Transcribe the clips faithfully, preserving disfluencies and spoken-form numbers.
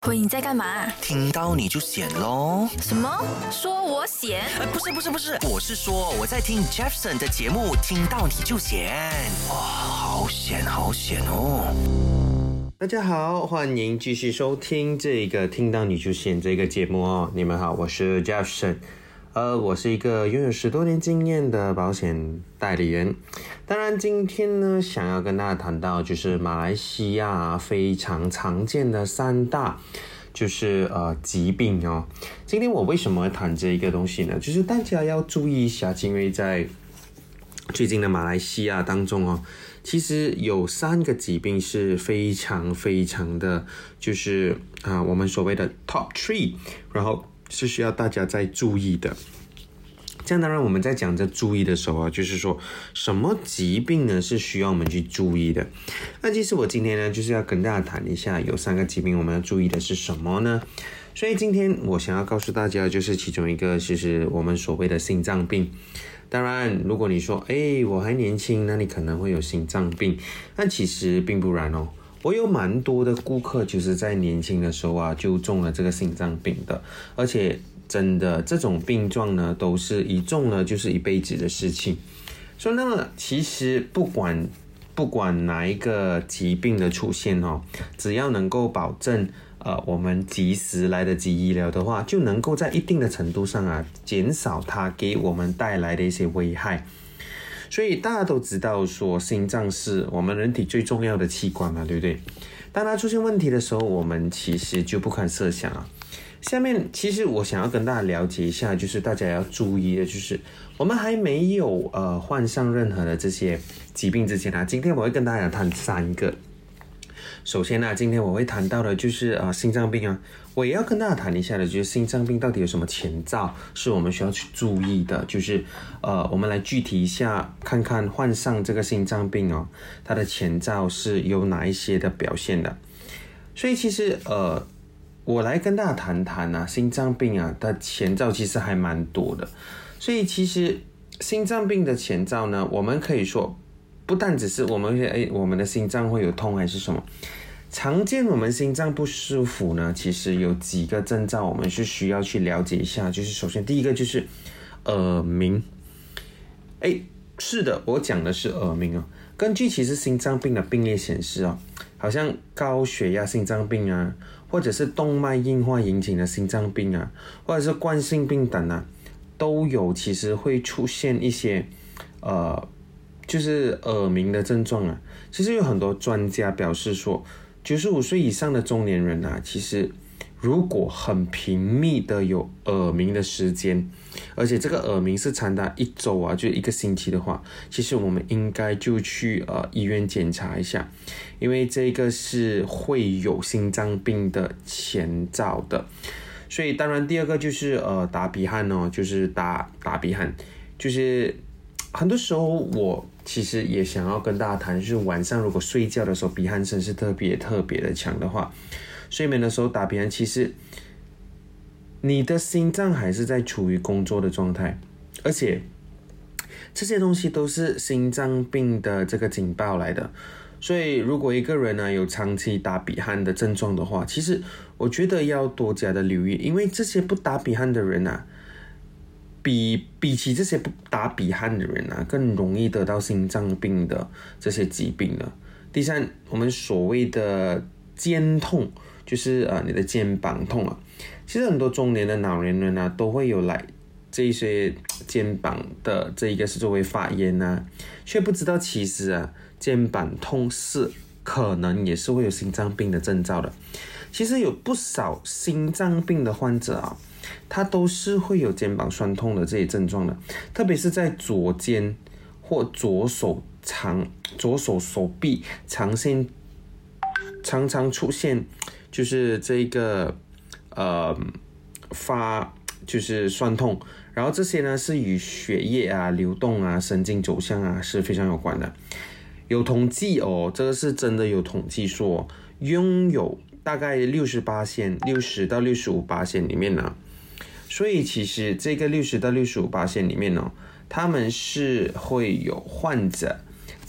喂，你在干嘛？ 听到你就显咯。 什么？说我显？ 呃，不是不是不是，我是说我在听 Jeffson 的节目，听到你就显。哇，好显好显哦。 大家好，欢迎继续收听这个听到你就显这个节目哦。你们好，我是 Jeffson。呃，我是一个拥有十多年经验的保险代理人。当然，今天呢，想要跟大家谈到就是马来西亚非常常见的三大就是呃疾病哦。今天我为什么会谈这一个东西呢？就是大家要注意一下，因为在最近的马来西亚当中哦，其实有三个疾病是非常非常的，就是啊、呃、我们所谓的 top three， 然后是需要大家在注意的。这样当然我们在讲这注意的时候啊，就是说什么疾病呢是需要我们去注意的。那其实我今天呢就是要跟大家谈一下有三个疾病我们要注意的是什么呢？所以今天我想要告诉大家就是其中一个就是我们所谓的心脏病。当然如果你说诶我还年轻，那你可能会有心脏病，但其实并不然哦。我有蛮多的顾客就是在年轻的时候啊就中了这个心脏病的，而且真的这种病状呢都是一中了就是一辈子的事情。所以那么其实不管不管哪一个疾病的出现哦，只要能够保证呃我们及时来得及医疗的话，就能够在一定的程度上啊减少它给我们带来的一些危害。所以大家都知道说心脏是我们人体最重要的器官嘛，对不对？当它出现问题的时候，我们其实就不堪设想啊。下面其实我想要跟大家了解一下，就是大家要注意的，就是我们还没有呃患上任何的这些疾病之前啊，今天我会跟大家谈三个。首先呢、啊，今天我会谈到的就是呃心脏病啊，我也要跟大家谈一下的，就是心脏病到底有什么前兆是我们需要去注意的，就是呃我们来具体一下，看看患上这个心脏病哦，它的前兆是有哪一些的表现的。所以其实呃我来跟大家谈谈啊，心脏病啊，它前兆其实还蛮多的。所以其实心脏病的前兆呢，我们可以说不但只是我们会诶我们的心脏会有痛还是什么，常见我们心脏不舒服呢，其实有几个征兆我们是需要去了解一下。就是首先第一个就是耳鸣。诶是的，我讲的是耳鸣哦。根据其实心脏病的病列显示哦，好像高血压心脏病啊，或者是动脉硬化引起的心脏病啊，或者是冠心病等啊，都有其实会出现一些呃就是耳鸣的症状啊。其实有很多专家表示说，九十五岁以上的中年人啊，其实如果很频密的有耳鸣的时间，而且这个耳鸣是长达一周啊，就一个星期的话，其实我们应该就去呃医院检查一下，因为这个是会有心脏病的前兆的。所以当然第二个就是呃打鼻鼾哦，就是打打鼻鼾，就是很多时候我其实也想要跟大家谈，就是晚上如果睡觉的时候鼻鼾声是特别特别的强的话，睡眠的时候打鼻鼾，其实你的心脏还是在处于工作的状态，而且这些东西都是心脏病的这个警报来的。所以如果一个人呢有长期打鼻鼾的症状的话，其实我觉得要多加的留意，因为这些不打鼻鼾的人啊，比比起这些不打鼻鼾的人啊，更容易得到心脏病的这些疾病了。第三，我们所谓的肩痛，就是呃你的肩膀痛啊，其实很多中年的老年人啊都会有来这些肩膀的这一个是作为发炎啊，却不知道其实啊肩膀痛是可能也是会有心脏病的征兆的。其实有不少心脏病的患者啊，他都是会有肩膀酸痛的这些症状的，特别是在左肩或左手长左手手臂长线常常出现，就是这个呃发就是酸痛，然后这些呢是与血液啊流动啊神经走向啊是非常有关的。有统计哦，这个是真的有统计说，拥有大概 百分之六十八 六十到百分之六十五 里面呢，所以其实这个 百分之六十到百分之六十五 里面呢，他们是会有患者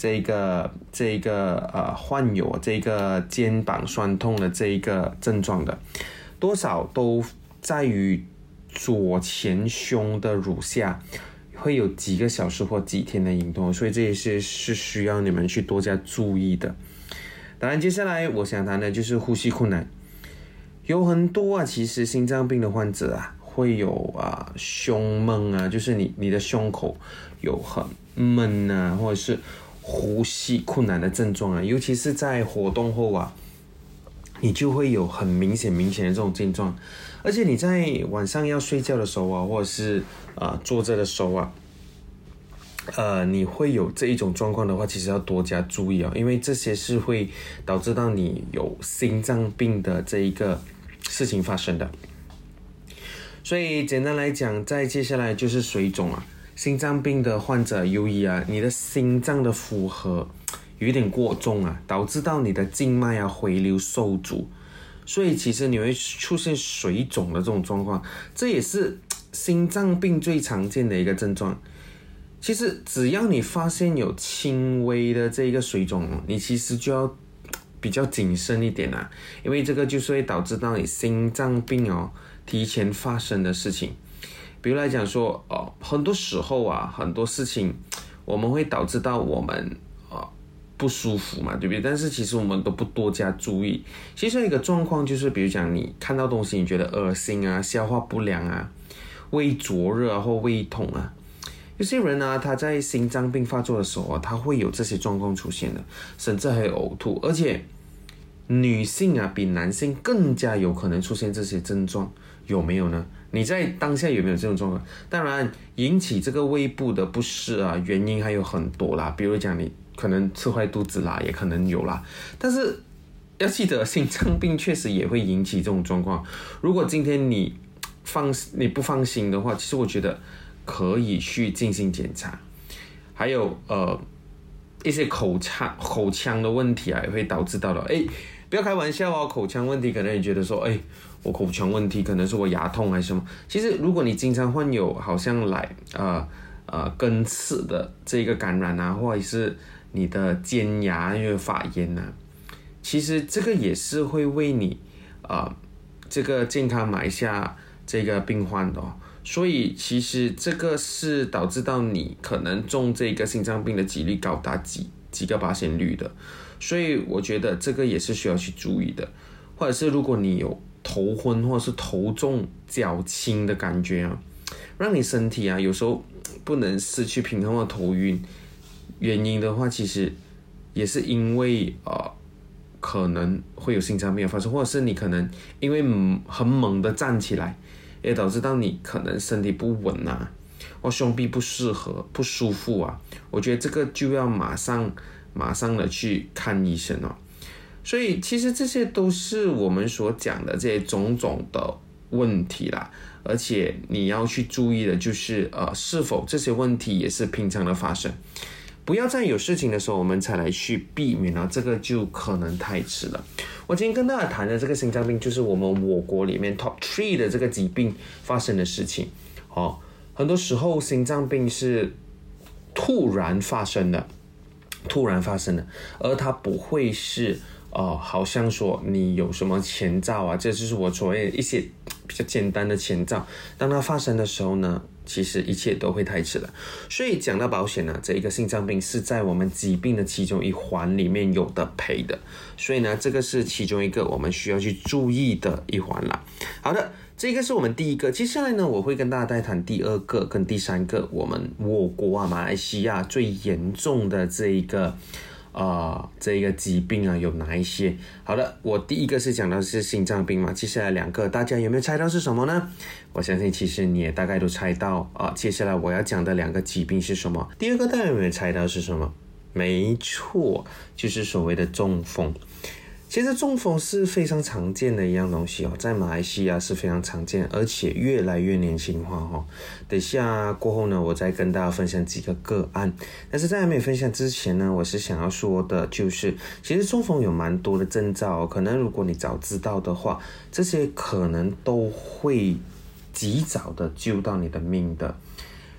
这个这个呃患有这个肩膀酸痛的这一个症状的，多少都在于左前胸的乳下会有几个小时或几天的隐痛，所以这也是是需要你们去多加注意的。当然，接下来我想谈的就是呼吸困难，有很多啊，其实心脏病的患者啊。会有啊胸闷啊，就是你你的胸口有很闷啊，或者是呼吸困难的症状啊，尤其是在活动后啊，你就会有很明显明显的这种症状，而且你在晚上要睡觉的时候啊，或者是啊、呃、坐着的时候啊，呃，你会有这一种状况的话，其实要多加注意啊，因为这些是会导致到你有心脏病的这一个事情发生的。所以简单来讲，在接下来就是水肿啊，心脏病的患者由于啊你的心脏的负荷有点过重啊，导致到你的静脉啊回流受阻，所以其实你会出现水肿的这种状况，这也是心脏病最常见的一个症状。其实只要你发现有轻微的这个水肿，你其实就要比较谨慎一点啊，因为这个就是会导致到你心脏病哦提前发生的事情。比如来讲说，哦，很多时候啊，很多事情我们会导致到我们呃不舒服嘛，对不对？但是其实我们都不多加注意。其实有一个状况就是，比如讲你看到东西你觉得恶心啊、消化不良啊、胃灼热啊或胃痛啊，有些人啊他在心脏病发作的时候啊，他会有这些状况出现的，甚至还有呕吐，而且女性啊比男性更加有可能出现这些症状。有没有呢？你在当下有没有这种状况？当然，引起这个胃部的不适啊，原因还有很多啦。比如讲，你可能吃坏肚子啦，也可能有啦。但是要记得，心脏病确实也会引起这种状况。如果今天你放你不放心的话，其实我觉得可以去进行检查。还有呃一些口腔口腔的问题啊，也会导致到了。哎，不要开玩笑哦，口腔问题可能你觉得说，哎。我口腔问题可能是我牙痛还是什么？其实如果你经常患有好像来呃呃根刺的这个感染啊，或者是你的尖牙因为发炎啊，其实这个也是会为你呃这个健康埋下这个病患的哦。所以其实这个是导致到你可能中这个心脏病的几率高达几几个百分率的，所以我觉得这个也是需要去注意的。或者是如果你有头昏或者是头重脚轻的感觉啊，让你身体啊有时候不能失去平衡或头晕，原因的话其实也是因为呃可能会有心脏病的发生，或者是你可能因为很猛的站起来，也导致到你可能身体不稳啊，或胸壁不适合不舒服啊，我觉得这个就要马上马上的去看医生哦。所以其实这些都是我们所讲的这些种种的问题啦，而且你要去注意的就是呃，是否这些问题也是平常的发生，不要在有事情的时候我们才来去避免啊，这个就可能太迟了。我今天跟大家谈的这个心脏病，就是我们我国里面 top three 的这个疾病发生的事情。哦，很多时候心脏病是突然发生的，突然发生的，而它不会是哦，好像说你有什么前兆啊，这就是我所谓的一些比较简单的前兆。当它发生的时候呢，其实一切都会太迟了。所以讲到保险呢，这一个心脏病是在我们疾病的其中一环里面有的赔的，所以呢，这个是其中一个我们需要去注意的一环啦。好的，这个是我们第一个。接下来呢，我会跟大家再谈第二个跟第三个，我们我国啊马来西亚最严重的这一个。呃，这个疾病啊有哪一些？好的，我第一个是讲到的是心脏病嘛，接下来两个大家有没有猜到是什么呢？我相信其实你也大概都猜到啊、呃。接下来我要讲的两个疾病是什么？第二个大家有没有猜到是什么？没错，就是所谓的中风。其实中风是非常常见的一样东西哦，在马来西亚是非常常见，而且越来越年轻化哦。等下过后呢，我再跟大家分享几个个案。但是在还没有分享之前呢，我是想要说的就是，其实中风有蛮多的征兆哦，可能如果你早知道的话，这些可能都会及早的救到你的命的。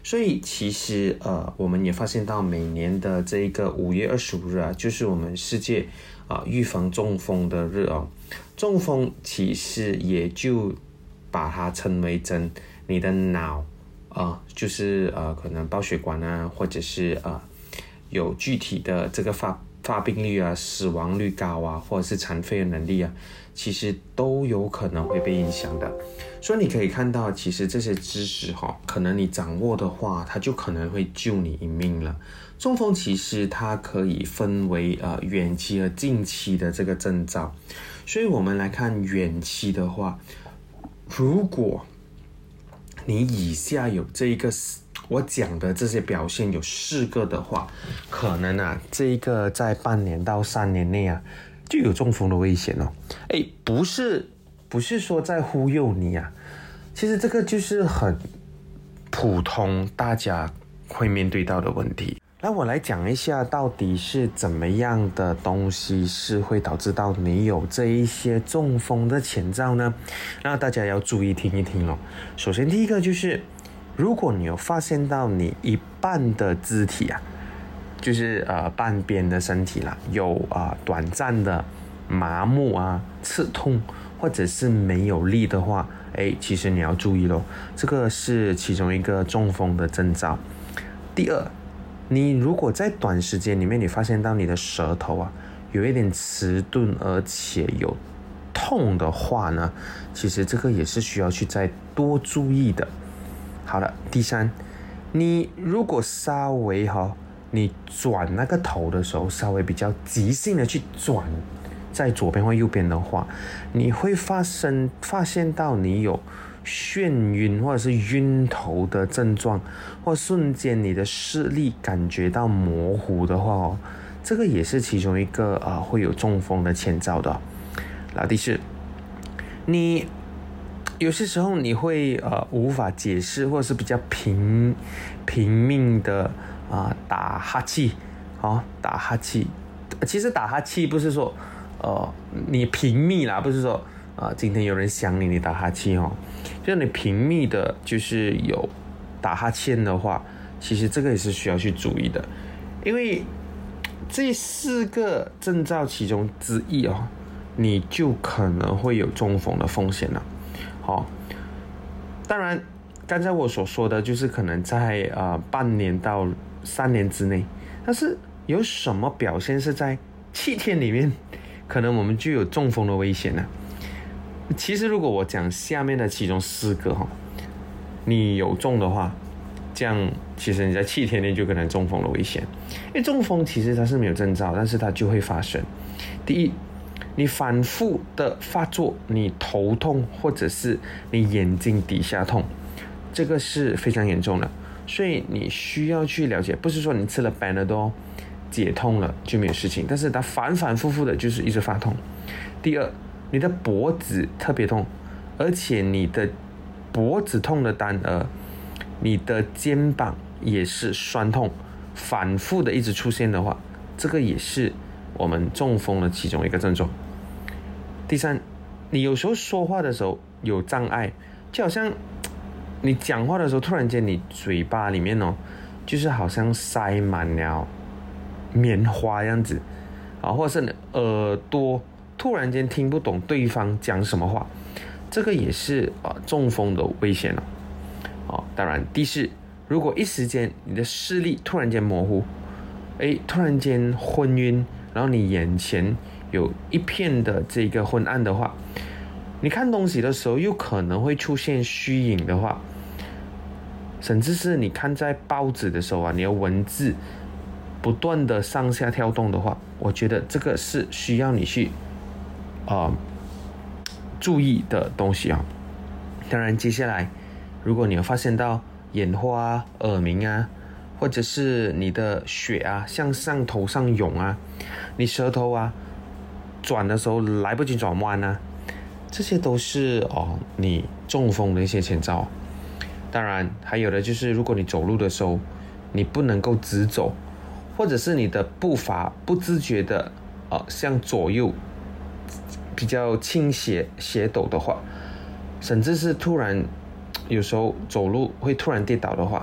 所以其实呃，我们也发现到每年的这一个五月二十五日啊，就是我们世界啊、呃、预防中风的日哦。中风其实也就把它称为真你的脑啊、呃，就是呃可能爆血管啊，或者是呃有具体的这个发发病率啊、死亡率高啊，或者是残废的能力啊，其实都有可能会被影响的。所以你可以看到，其实这些知识哈、哦，可能你掌握的话，它就可能会救你一命了。中风其实它可以分为呃远期和近期的这个征兆。所以我们来看远期的话，如果你以下有这一个我讲的这些表现有四个的话，可能啊这一个在半年到三年内啊就有中风的危险哦。哎，不是不是说在忽悠你啊，其实这个就是很普通大家会面对到的问题。那我来讲一下，到底是怎么样的东西是会导致到你有这一些中风的前兆呢？那大家要注意听一听哦。首先第一个就是，如果你有发现到你一半的肢体啊，就是呃半边的身体啦，有啊、呃、短暂的麻木啊、刺痛，或者是没有力的话，哎，其实你要注意咯，这个是其中一个中风的征兆。第二，你如果在短时间里面你发现到你的舌头啊有一点迟钝而且有痛的话呢，其实这个也是需要去再多注意的。好了，第三，你如果稍微哈、哦，你转那个头的时候稍微比较急性的去转在左边或右边的话，你会发生发现到你有眩晕或者是晕头的症状，或瞬间你的视力感觉到模糊的话哦，这个也是其中一个啊、呃、会有中风的前兆的、哦。然后第四，你有些时候你会呃无法解释，或者是比较拼拼命的啊、呃、打哈气，哦打哈气，其实打哈气不是说呃你拼命啦，不是说啊、呃、今天有人想你你打哈气哦。就你频密的就是有打哈欠的话，其实这个也是需要去注意的，因为这四个征兆其中之一哦，你就可能会有中风的风险了。好、哦，当然刚才我所说的就是可能在呃半年到三年之内，但是有什么表现是在七天里面，可能我们就有中风的危险呢？其实如果我讲下面的其中四个哈，你有中的话，这样其实你在七天内就可能中风的危险。因为中风其实它是没有征兆，但是它就会发生。第一，你反复的发作，你头痛或者是你眼睛底下痛，这个是非常严重的，所以你需要去了解，不是说你吃了 Panadol 解痛了就没有事情，但是它反反复复的就是一直发痛。第二，你的脖子特别痛，而且你的脖子痛的单儿，你的肩膀也是酸痛，反复的一直出现的话，这个也是我们中风的其中一个症状。第三，你有时候说话的时候有障碍，就好像你讲话的时候突然间你嘴巴里面哦，就是好像塞满了棉花样子啊，或者是你耳朵突然间听不懂对方讲什么话，这个也是啊、呃、中风的危险了。哦，当然，第四，如果一时间你的视力突然间模糊，哎，突然间昏晕，然后你眼前有一片的这个昏暗的话，你看东西的时候又可能会出现虚影的话，甚至是你看在报纸的时候啊，你的文字不断的上下跳动的话，我觉得这个是需要你去啊、呃、注意的东西啊。当然，接下来如果你有发现到眼花啊、耳鸣啊，或者是你的血啊向上头上涌啊，你舌头啊转的时候来不及转弯啊，这些都是哦你中风的一些前兆。当然还有的就是如果你走路的时候你不能够直走，或者是你的步伐不自觉的呃向左右比较倾斜斜陡的话，甚至是突然有时候走路会突然跌倒的话，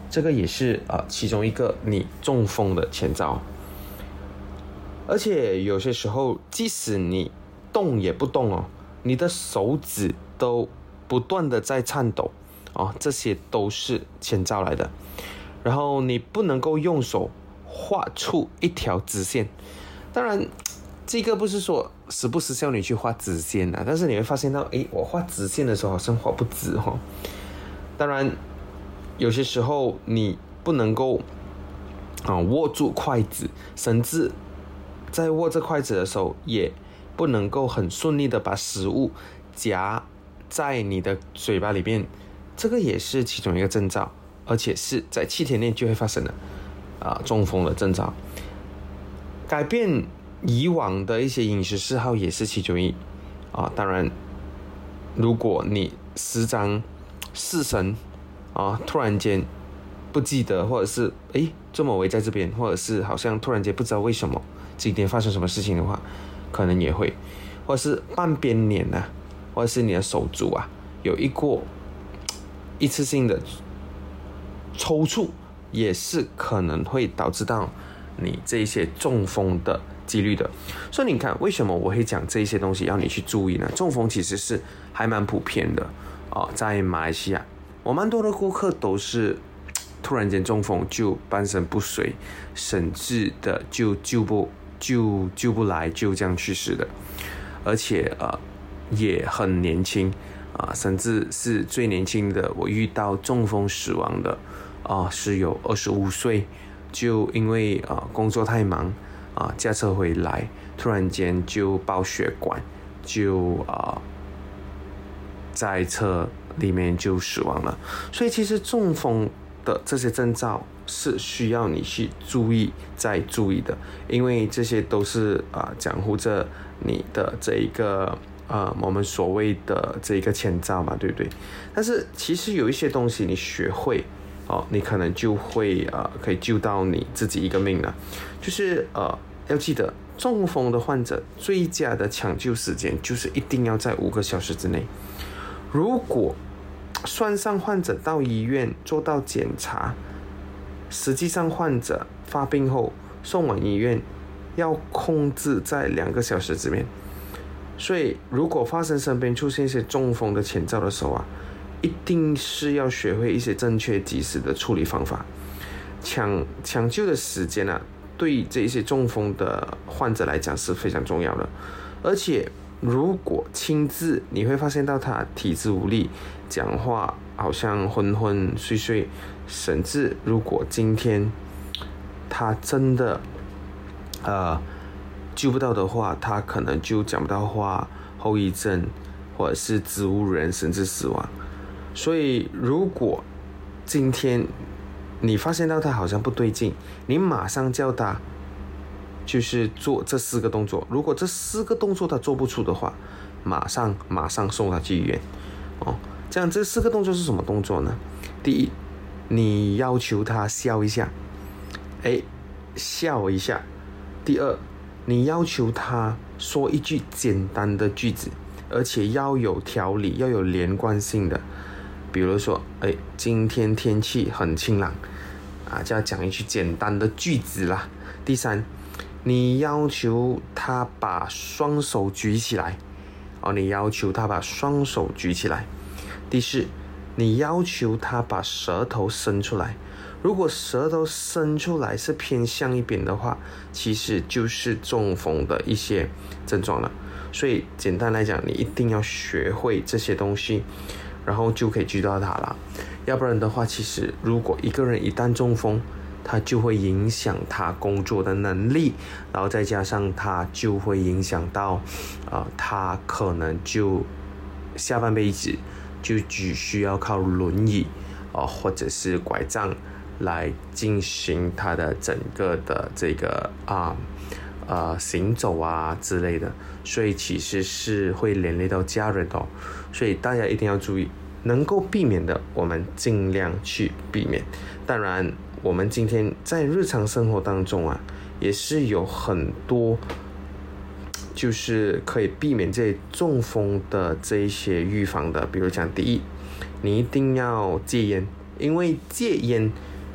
这个也是呃其中一个你中风的前兆。而且有些时候，即使你动也不动哦，你的手指都不断的在颤抖哦，这些都是前兆来的。然后你不能够用手画出一条直线，当然这个不是说时不时叫你去画直线啊，但是你会发现到，诶，我画直线的时候好像画不直哦。当然有些时候你不能够啊握住筷子，甚至在握着筷子的时候也不能够很顺利的把食物夹在你的嘴巴里面，这个也是其中一个征兆，而且是在七天内就会发生的啊中风的征兆。改变以往的一些饮食嗜好也是其中一啊，当然如果你时常失神啊，突然间不记得，或者是诶这么围在这边，或者是好像突然间不知道为什么今天发生什么事情的话，可能也会，或者是半边脸啊，或者是你的手足啊有一过一次性的抽搐，也是可能会导致到你这一些中风的几率的。所以你看为什么我会讲这一些东西要你去注意呢？中风其实是还蛮普遍的哦，在马来西亚我蛮多的顾客都是突然间中风就半身不遂，甚至的就救不就救不来，就这样去世的，而且呃也很年轻啊、呃，甚至是最年轻的我遇到中风死亡的啊、呃、是有二十五岁，就因为啊、呃、工作太忙啊、呃、驾车回来，突然间就爆血管，就啊、呃、在车里面就死亡了。所以其实中风的这些征兆是需要你去注意再注意的，因为这些都是啊、呃、讲乎着你的这一个啊、呃、我们所谓的这一个前兆嘛，对不对？但是其实有一些东西你学会哦，你可能就会呃可以救到你自己一个命了。就是呃要记得，中风的患者最佳的抢救时间就是一定要在五个小时之内。如果算上患者到医院做到检查，实际上患者发病后送往医院要控制在两个小时之内。所以如果发生身边出现一些中风的前兆的时候啊，一定是要学会一些正确及时的处理方法。抢抢救的时间啊，对这些中风的患者来讲是非常重要的。而且如果亲自你会发现到他体质无力，讲话好像昏昏睡睡，甚至如果今天他真的呃救不到的话，他可能就讲不到话，后遗症或者是植物人，甚至死亡。所以如果今天你发现到他好像不对劲，你马上叫他就是做这四个动作。如果这四个动作他做不出的话，马上马上送他去医院哦。这样这四个动作是什么动作呢？第一，你要求他笑一下，哎，笑一下。第二，你要求他说一句简单的句子，而且要有条理，要有连贯性的。比如说，哎，今天天气很晴朗啊，就要讲一句简单的句子啦。第三，你要求他把双手举起来，哦，你要求他把双手举起来。第四，你要求他把舌头伸出来。如果舌头伸出来是偏向一边的话，其实就是中风的一些症状了。所以简单来讲，你一定要学会这些东西，然后就可以救到他了。要不然的话，其实如果一个人一旦中风，他就会影响他工作的能力，然后再加上他就会影响到呃，他可能就下半辈子就只需要靠轮椅呃，或者是拐杖来进行他的整个的这个啊呃行走啊之类的，所以其实是会连累到家人的哦。所以大家一定要注意，能够避免的我们尽量去避免。当然我们今天在日常生活当中啊，也是有很多就是可以避免这些中风的这一些预防的。比如讲，第一，你一定要戒烟，因为戒烟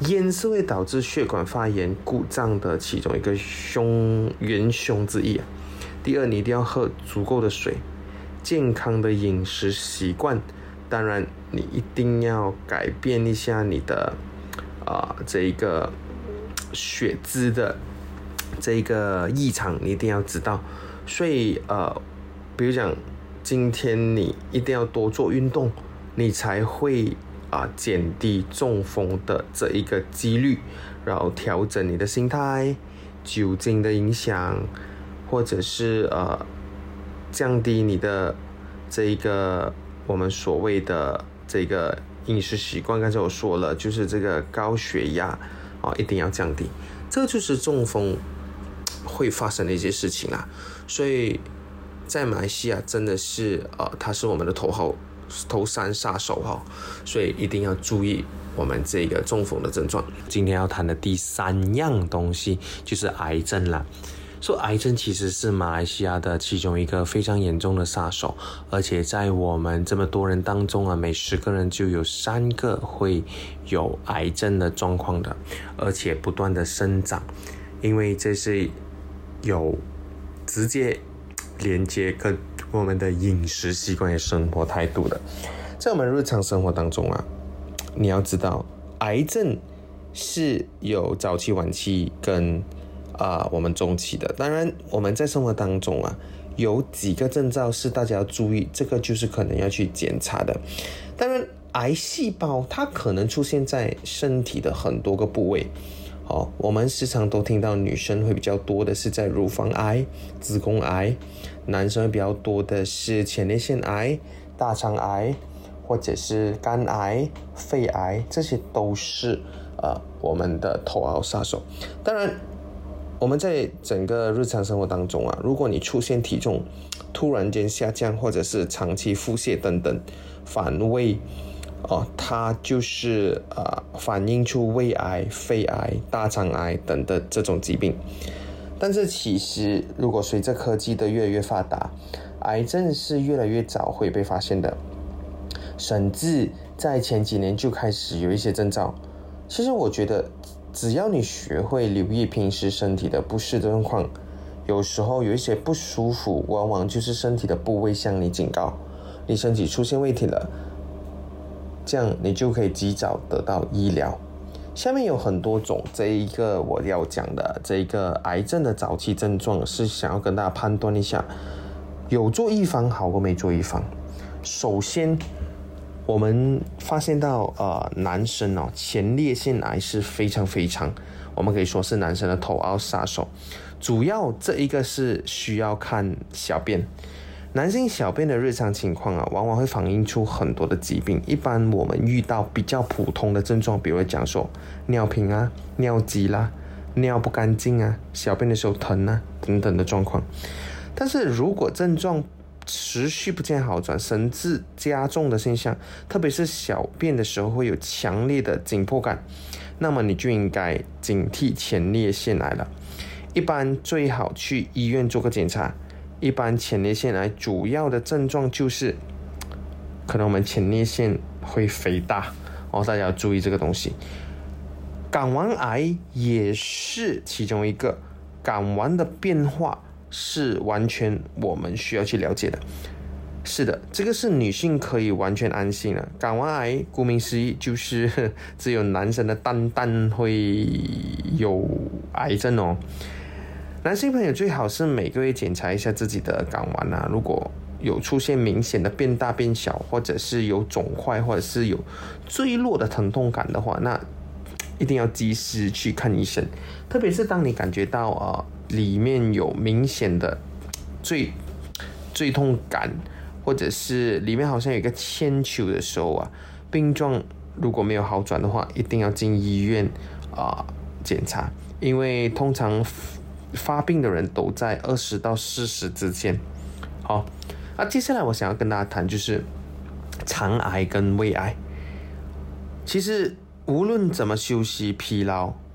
烟是会导致血管发炎、故障的其中一个凶元凶之一啊。第二，你一定要喝足够的水，健康的饮食习惯。当然，你一定要改变一下你的啊、呃、这一个血脂的这一个异常，你一定要知道。所以呃，比如讲，今天你一定要多做运动，你才会啊、呃、减低中风的这一个几率，然后调整你的心态，酒精的影响，或者是呃降低你的这一个我们所谓的这个饮食习惯。刚才我说了，就是这个高血压啊、哦，一定要降低，这就是中风会发生的一些事情啦。所以在马来西亚真的是呃，它是我们的头号头三杀手哈、哦，所以一定要注意我们这个中风的症状。今天要谈的第三样东西就是癌症啦。说癌症其实是马来西亚的其中一个非常严重的杀手，而且在我们这么多人当中啊，每十个人就有三个会有癌症的状况的，而且不断的生长，因为这是有直接连接跟我们的饮食习惯、生活态度的。在我们日常生活当中啊，你要知道，癌症是有早期、晚期跟啊、呃、我们中期的。当然，我们在生活当中啊，有几个征兆是大家要注意，这个就是可能要去检查的。当然，癌细胞它可能出现在身体的很多个部位。哦，我们时常都听到女生会比较多的是在乳房癌、子宫癌，男生会比较多的是前列腺癌、大肠癌，或者是肝癌、肺癌，这些都是呃我们的头号杀手。当然，我们在整个日常生活当中啊，如果你出现体重突然间下降，或者是长期腹泻等等反胃，哦，它就是呃反映出胃癌、肺癌、大肠癌等的这种疾病。但是其实如果随着科技的越来越发达，癌症是越来越早会被发现的，甚至在前几年就开始有一些征兆。其实我觉得只要你学会留意平时身体的不适的状况，有时候有一些不舒服，往往就是身体的部位向你警告，你身体出现问题了，这样你就可以及早得到医疗。下面有很多种这一个我要讲的这一个癌症的早期症状，是想要跟大家判断一下，有做预防好过没做预防。首先我们发现到呃男生哦，前列腺癌是非常非常，我们可以说是男生的头号杀手。主要这一个是需要看小便，男性小便的日常情况啊，往往会反映出很多的疾病。一般我们遇到比较普通的症状，比如讲说尿频啊、尿急啦、尿不干净啊、小便的时候疼啊等等的状况。但是如果症状持续不见好转，甚至加重的现象，特别是小便的时候会有强烈的紧迫感，那么你就应该警惕前列腺癌了。一般最好去医院做个检查。一般前列腺癌主要的症状就是可能我们前列腺会肥大哦，大家要注意这个东西。睾丸癌也是其中一个，睾丸的变化是完全我们需要去了解的。是的，这个是女性可以完全安心了。睾丸癌顾名思义就是只有男生的蛋蛋会有癌症哦。男性朋友最好是每个月检查一下自己的睾丸啊，如果有出现明显的变大变小，或者是有肿块，或者是有坠落的疼痛感的话，那一定要及时去看医生。特别是当你感觉到呃里面有明显的坠坠痛感，或者是里面好像有一个铅球的时候啊，病状如果没有好转的话，一定要进医院啊、呃、检查，因为通常发病的人都在二十到四十之间。好，那接下来我想要跟大家谈就是肠癌跟胃癌。其实无论怎么休息、疲劳，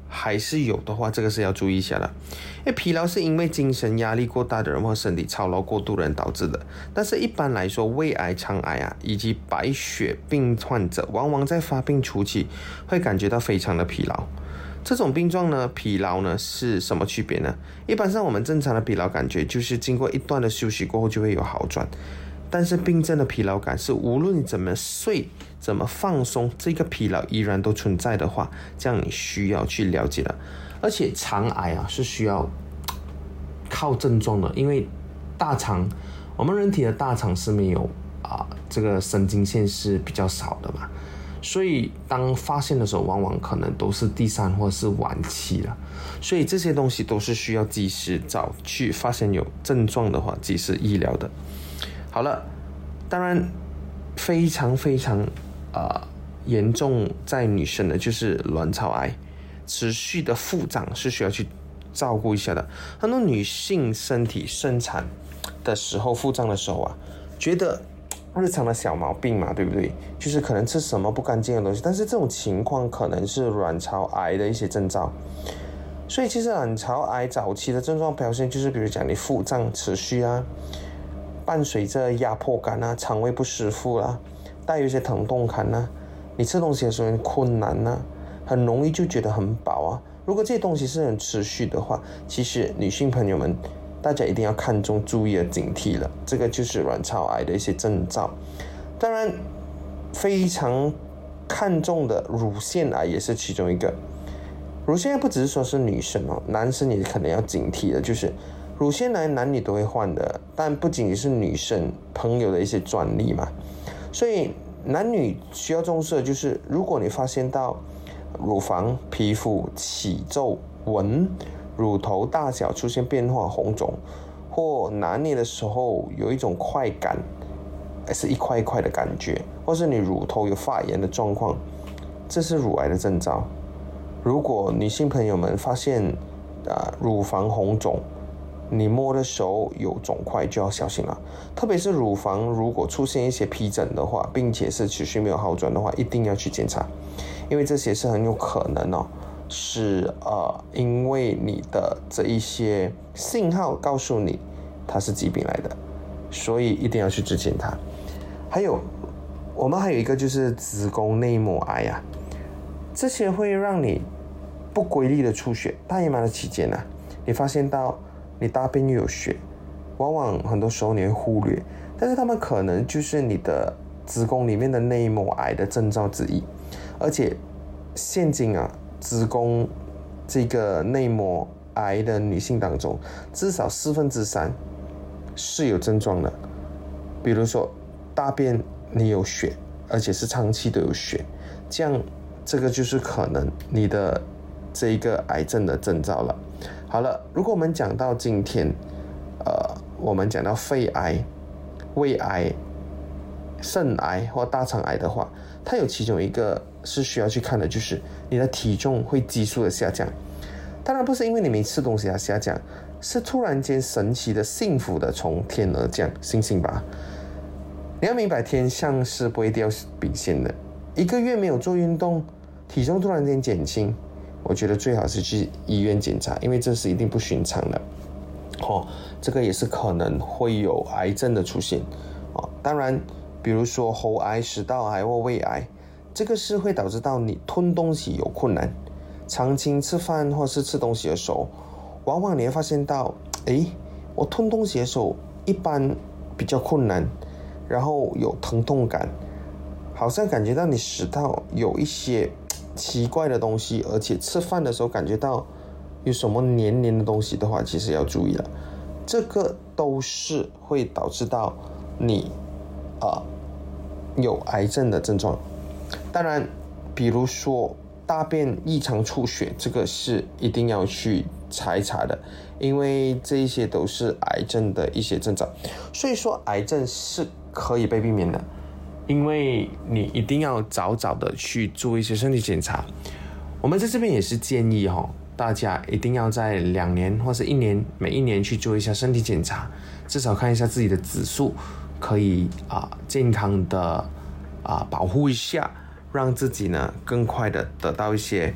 还是有的话，这个是要注意一下的。因为疲劳是因为精神压力过大的人或身体操劳过度的人导致的。但是一般来说，胃癌、肠癌啊，以及白血病患者，往往在发病初期会感觉到非常的疲劳。这种病状呢，疲劳呢是什么区别呢？一般上我们正常的疲劳感觉就是经过一段的休息过后就会有好转。但是病症的疲劳感是无论你怎么睡怎么放松，这个疲劳依然都存在的话，这样你需要去了解了。而且肠癌啊是需要靠症状的，因为大肠我们人体的大肠是没有啊这个神经线是比较少的嘛，所以当发现的时候往往可能都是第三或是晚期了，所以这些东西都是需要及时早去发现有症状的话及时医疗的。好了，当然非常非常呃严重在女生的就是卵巢癌，持续的复长是需要去照顾一下的。很多女性身体生产的时候复胀的时候啊，觉得日常的小毛病嘛，对不对？就是可能吃什么不干净的东西，但是这种情况可能是卵巢癌的一些征兆。所以其实卵巢癌早期的症状表现就是，比如讲你腹胀持续啊，伴随着压迫感啊，肠胃不舒服啊，带有一些疼痛感啊，你吃东西的时候很困难啊，很容易就觉得很饱啊。如果这些东西是很持续的话，其实女性朋友们大家一定要看重注意的警惕了，这个就是卵巢癌的一些征兆。当然非常看重的乳腺癌也是其中一个。乳腺癌不只是说是女生哦，男生也可能要警惕的，就是乳腺癌男女都会患的，但不仅仅是女生朋友的一些专利嘛，所以男女需要重视的就是，如果你发现到乳房皮肤起皱纹，乳头大小出现变化红肿，或拿捏的时候有一种快感，是一块一块的感觉，或是你乳头有发炎的状况，这是乳癌的征兆。如果女性朋友们发现、呃、乳房红肿，你摸的时候有肿块就要小心了，特别是乳房如果出现一些皮疹的话，并且是持续没有好转的话，一定要去检查，因为这些是很有可能哦，是呃因为你的这一些信号告诉你它是疾病来的，所以一定要去治检它。还有我们还有一个就是子宫内膜癌啊，这些会让你不规律的出血，大姨妈的期间啊，你发现到你大便又有血，往往很多时候你会忽略，但是它们可能就是你的子宫里面的内膜癌的征兆之一。而且现今啊，子宫这个内膜癌的女性当中，至少四分之三是有症状的，比如说大便你有血，而且是长期都有血，这样这个就是可能你的这一个癌症的征兆了。好了，如果我们讲到今天，呃，我们讲到肺癌、胃癌、肾癌或大肠癌的话，它有其中一个是需要去看的，就是你的体重会急速的下降。当然不是因为你没吃东西而下降，是突然间神奇的幸福的从天而降，信信吧。你要明白，天象是不会掉笔仙的。一个月没有做运动，体重突然间减轻，我觉得最好是去医院检查，因为这是一定不寻常的。哦，这个也是可能会有癌症的出现。哦，当然，比如说喉癌、食道癌或胃癌，这个是会导致到你吞东西有困难，长期吃饭或是吃东西的时候，往往你会发现到，诶，我吞东西的时候一般比较困难，然后有疼痛感，好像感觉到你食道有一些奇怪的东西，而且吃饭的时候感觉到有什么黏黏的东西的话，其实要注意了，这个都是会导致到你呃有癌症的症状。当然比如说大便异常出血，这个是一定要去查一查的，因为这一些都是癌症的一些征兆。所以说癌症是可以被避免的，因为你一定要早早的去做一些身体检查。我们在这边也是建议、哦、大家一定要在两年或是一年每一年去做一下身体检查，至少看一下自己的指数，可以、呃、健康的、呃、保护一下，让自己呢更快的得到一些、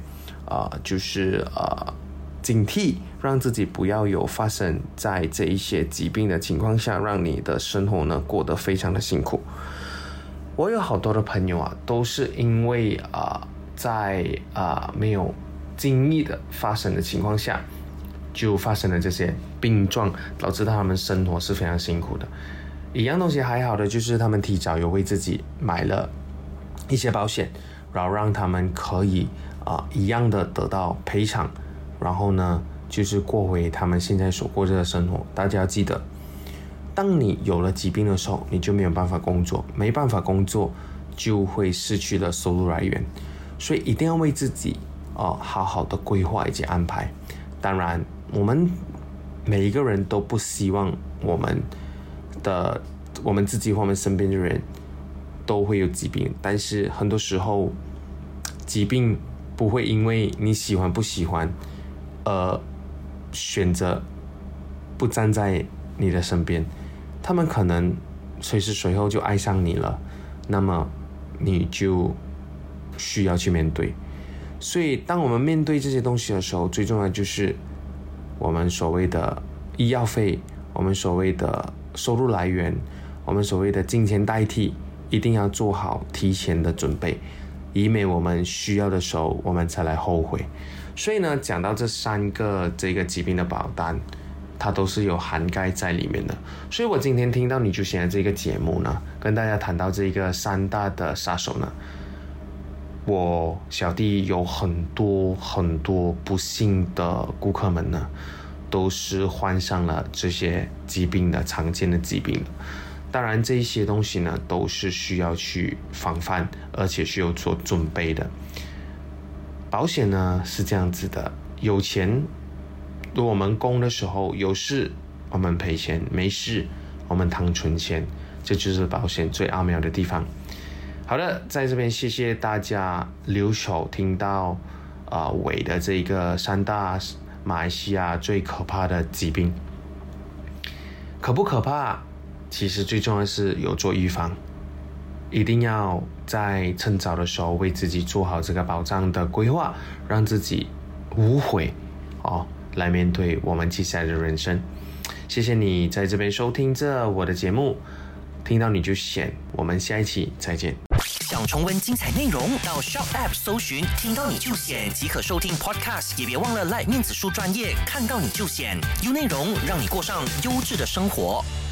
呃，就是呃警惕，让自己不要有发生在这一些疾病的情况下，让你的生活呢过得非常的辛苦。我有好多的朋友啊，都是因为啊、呃，在啊、呃、没有经历的发生的情况下，就发生了这些病状，导致他们生活是非常辛苦的。一样东西还好的就是他们提早有为自己买了一些保险，然后让他们可以啊、呃、一样的得到赔偿。然后呢，就是过回他们现在所过着的生活。大家要记得，当你有了疾病的时候，你就没有办法工作，没办法工作就会失去了收入来源，所以一定要为自己呃好好的规划以及安排。当然，我们每一个人都不希望我们的我们自己或我们身边的人都会有疾病，但是很多时候疾病不会因为你喜欢不喜欢呃，选择不站在你的身边，他们可能随时随后就爱上你了，那么你就需要去面对。所以当我们面对这些东西的时候，最重要的就是我们所谓的医药费，我们所谓的收入来源，我们所谓的金钱代替，一定要做好提前的准备，以免我们需要的时候我们才来后悔。所以呢，讲到这三个这个疾病的保单，它都是有涵盖在里面的。所以我今天听到你就现在这个节目呢，跟大家谈到这个三大的杀手呢，我小弟有很多很多不幸的顾客们呢，都是患上了这些疾病的常见的疾病。当然这一些东西呢，都是需要去防范，而且需要做准备的。保险呢是这样子的，有钱我们供的时候，有事我们赔钱，没事我们躺存钱，这就是保险最奥妙的地方。好的，在这边谢谢大家留守听到啊、呃、尾的这个三大马来西亚最可怕的疾病。可不可怕？其实最重要的是有做预防，一定要在趁早的时候为自己做好这个保障的规划，让自己无悔哦来面对我们接下来的人生。谢谢你在这边收听着我的节目，听到你就选，我们下一期再见。 想重温精彩内容，到 Shop App 搜寻听到你就选即可收听 Podcast， 也别忘了 like 面子书专业看到你就选，有内容让你过上优质的生活。